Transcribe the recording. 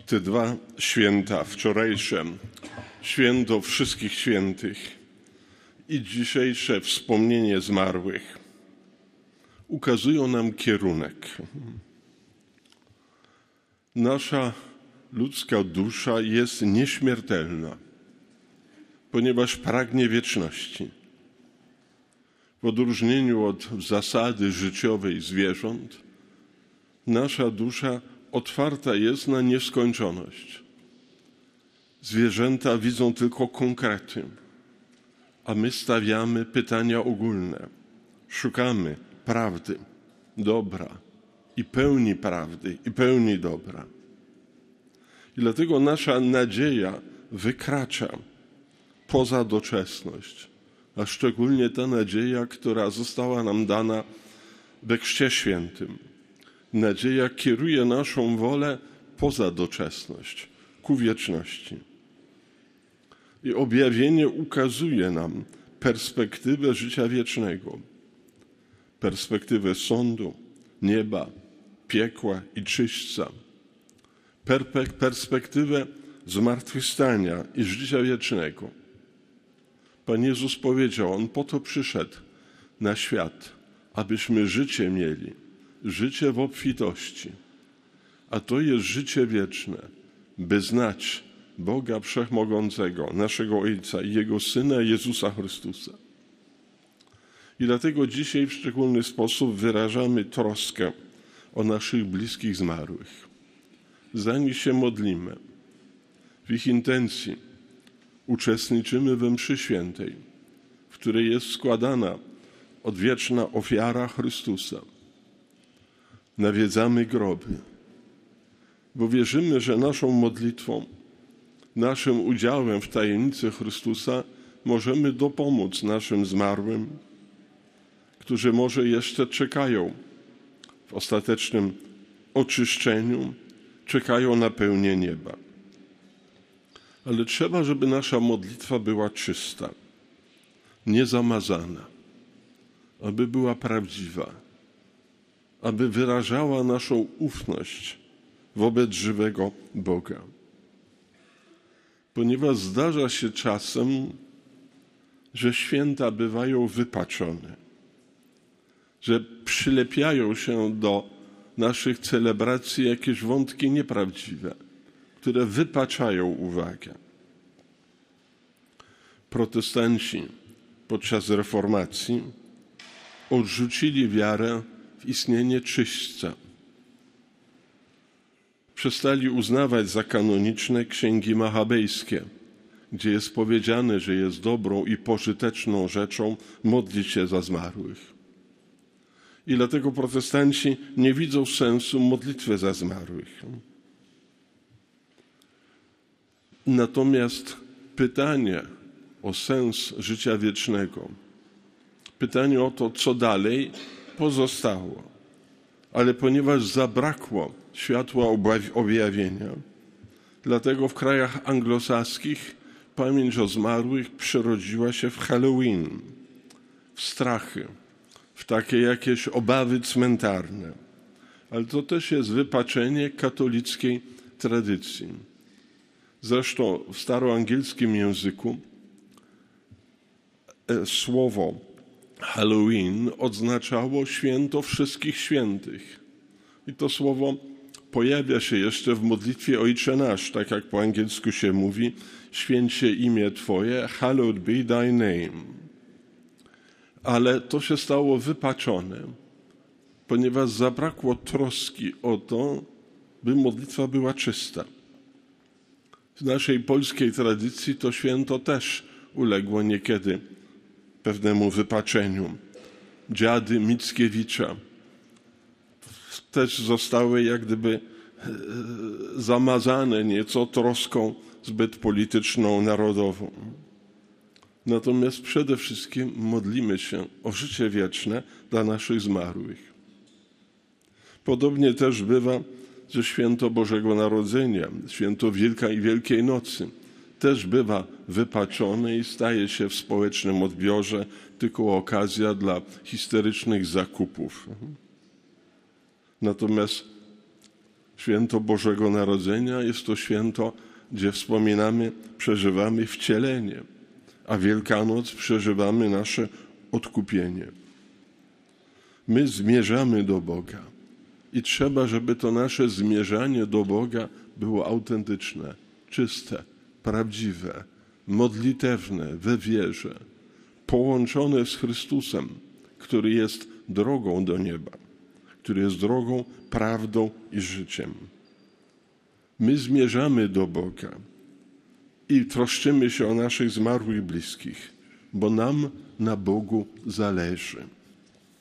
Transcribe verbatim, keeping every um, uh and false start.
Te dwa święta, wczorajsze święto wszystkich świętych i dzisiejsze wspomnienie zmarłych, ukazują nam kierunek. Nasza ludzka dusza jest nieśmiertelna, ponieważ pragnie wieczności. W odróżnieniu od zasady życiowej zwierząt, nasza dusza otwarta jest na nieskończoność. Zwierzęta widzą tylko konkrety, a my stawiamy pytania ogólne. Szukamy prawdy, dobra i pełni prawdy, i pełni dobra. I dlatego nasza nadzieja wykracza poza doczesność, a szczególnie ta nadzieja, która została nam dana we Chrzcie Świętym. Nadzieja kieruje naszą wolę poza doczesność, ku wieczności. I objawienie ukazuje nam perspektywę życia wiecznego, perspektywę sądu, nieba, piekła i czyśćca, perspektywę zmartwychwstania i życia wiecznego. Pan Jezus powiedział, On po to przyszedł na świat, abyśmy życie mieli, życie w obfitości. A to jest życie wieczne, by znać Boga Wszechmogącego, naszego Ojca i Jego Syna Jezusa Chrystusa. I dlatego dzisiaj w szczególny sposób wyrażamy troskę o naszych bliskich zmarłych. Za nich się modlimy. W ich intencji uczestniczymy we mszy świętej, w której jest składana odwieczna ofiara Chrystusa. Nawiedzamy groby, bo wierzymy, że naszą modlitwą, naszym udziałem w tajemnicy Chrystusa możemy dopomóc naszym zmarłym, którzy może jeszcze czekają w ostatecznym oczyszczeniu, czekają na pełnię nieba. Ale trzeba, żeby nasza modlitwa była czysta, niezamazana, aby była prawdziwa, aby wyrażała naszą ufność wobec żywego Boga. Ponieważ zdarza się czasem, że święta bywają wypaczone, że przylepiają się do naszych celebracji jakieś wątki nieprawdziwe, które wypaczają uwagę. Protestanci podczas reformacji odrzucili wiarę w istnienie czyśćca. Przestali uznawać za kanoniczne księgi machabejskie, gdzie jest powiedziane, że jest dobrą i pożyteczną rzeczą modlić się za zmarłych. I dlatego protestanci nie widzą sensu modlitwy za zmarłych. Natomiast pytanie o sens życia wiecznego, pytanie o to, co dalej, pozostało. Ale ponieważ zabrakło światła objawienia, dlatego w krajach anglosaskich pamięć o zmarłych przerodziła się w Halloween, w strachy, w takie jakieś obawy cmentarne. Ale to też jest wypaczenie katolickiej tradycji. Zresztą w staroangielskim języku słowo Halloween oznaczało święto wszystkich świętych. I to słowo pojawia się jeszcze w modlitwie Ojcze Nasz, tak jak po angielsku się mówi, święć się imię Twoje, hallowed be thy name. Ale to się stało wypaczone, ponieważ zabrakło troski o to, by modlitwa była czysta. W naszej polskiej tradycji to święto też uległo niekiedy pewnemu wypaczeniu. Dziady Mickiewicza też zostały jak gdyby zamazane nieco troską zbyt polityczną, narodową. Natomiast przede wszystkim modlimy się o życie wieczne dla naszych zmarłych. Podobnie też bywa, że święto Bożego Narodzenia, święto Wielka i Wielkiej Nocy też bywa wypaczone i staje się w społecznym odbiorze tylko okazja dla historycznych zakupów. Natomiast Święto Bożego Narodzenia jest to święto, gdzie wspominamy, przeżywamy wcielenie, a Wielkanoc przeżywamy nasze odkupienie. My zmierzamy do Boga i trzeba, żeby to nasze zmierzanie do Boga było autentyczne, czyste, prawdziwe, modlitewne, we wierze, połączone z Chrystusem, który jest drogą do nieba, który jest drogą, prawdą i życiem. My zmierzamy do Boga i troszczymy się o naszych zmarłych bliskich, bo nam na Bogu zależy.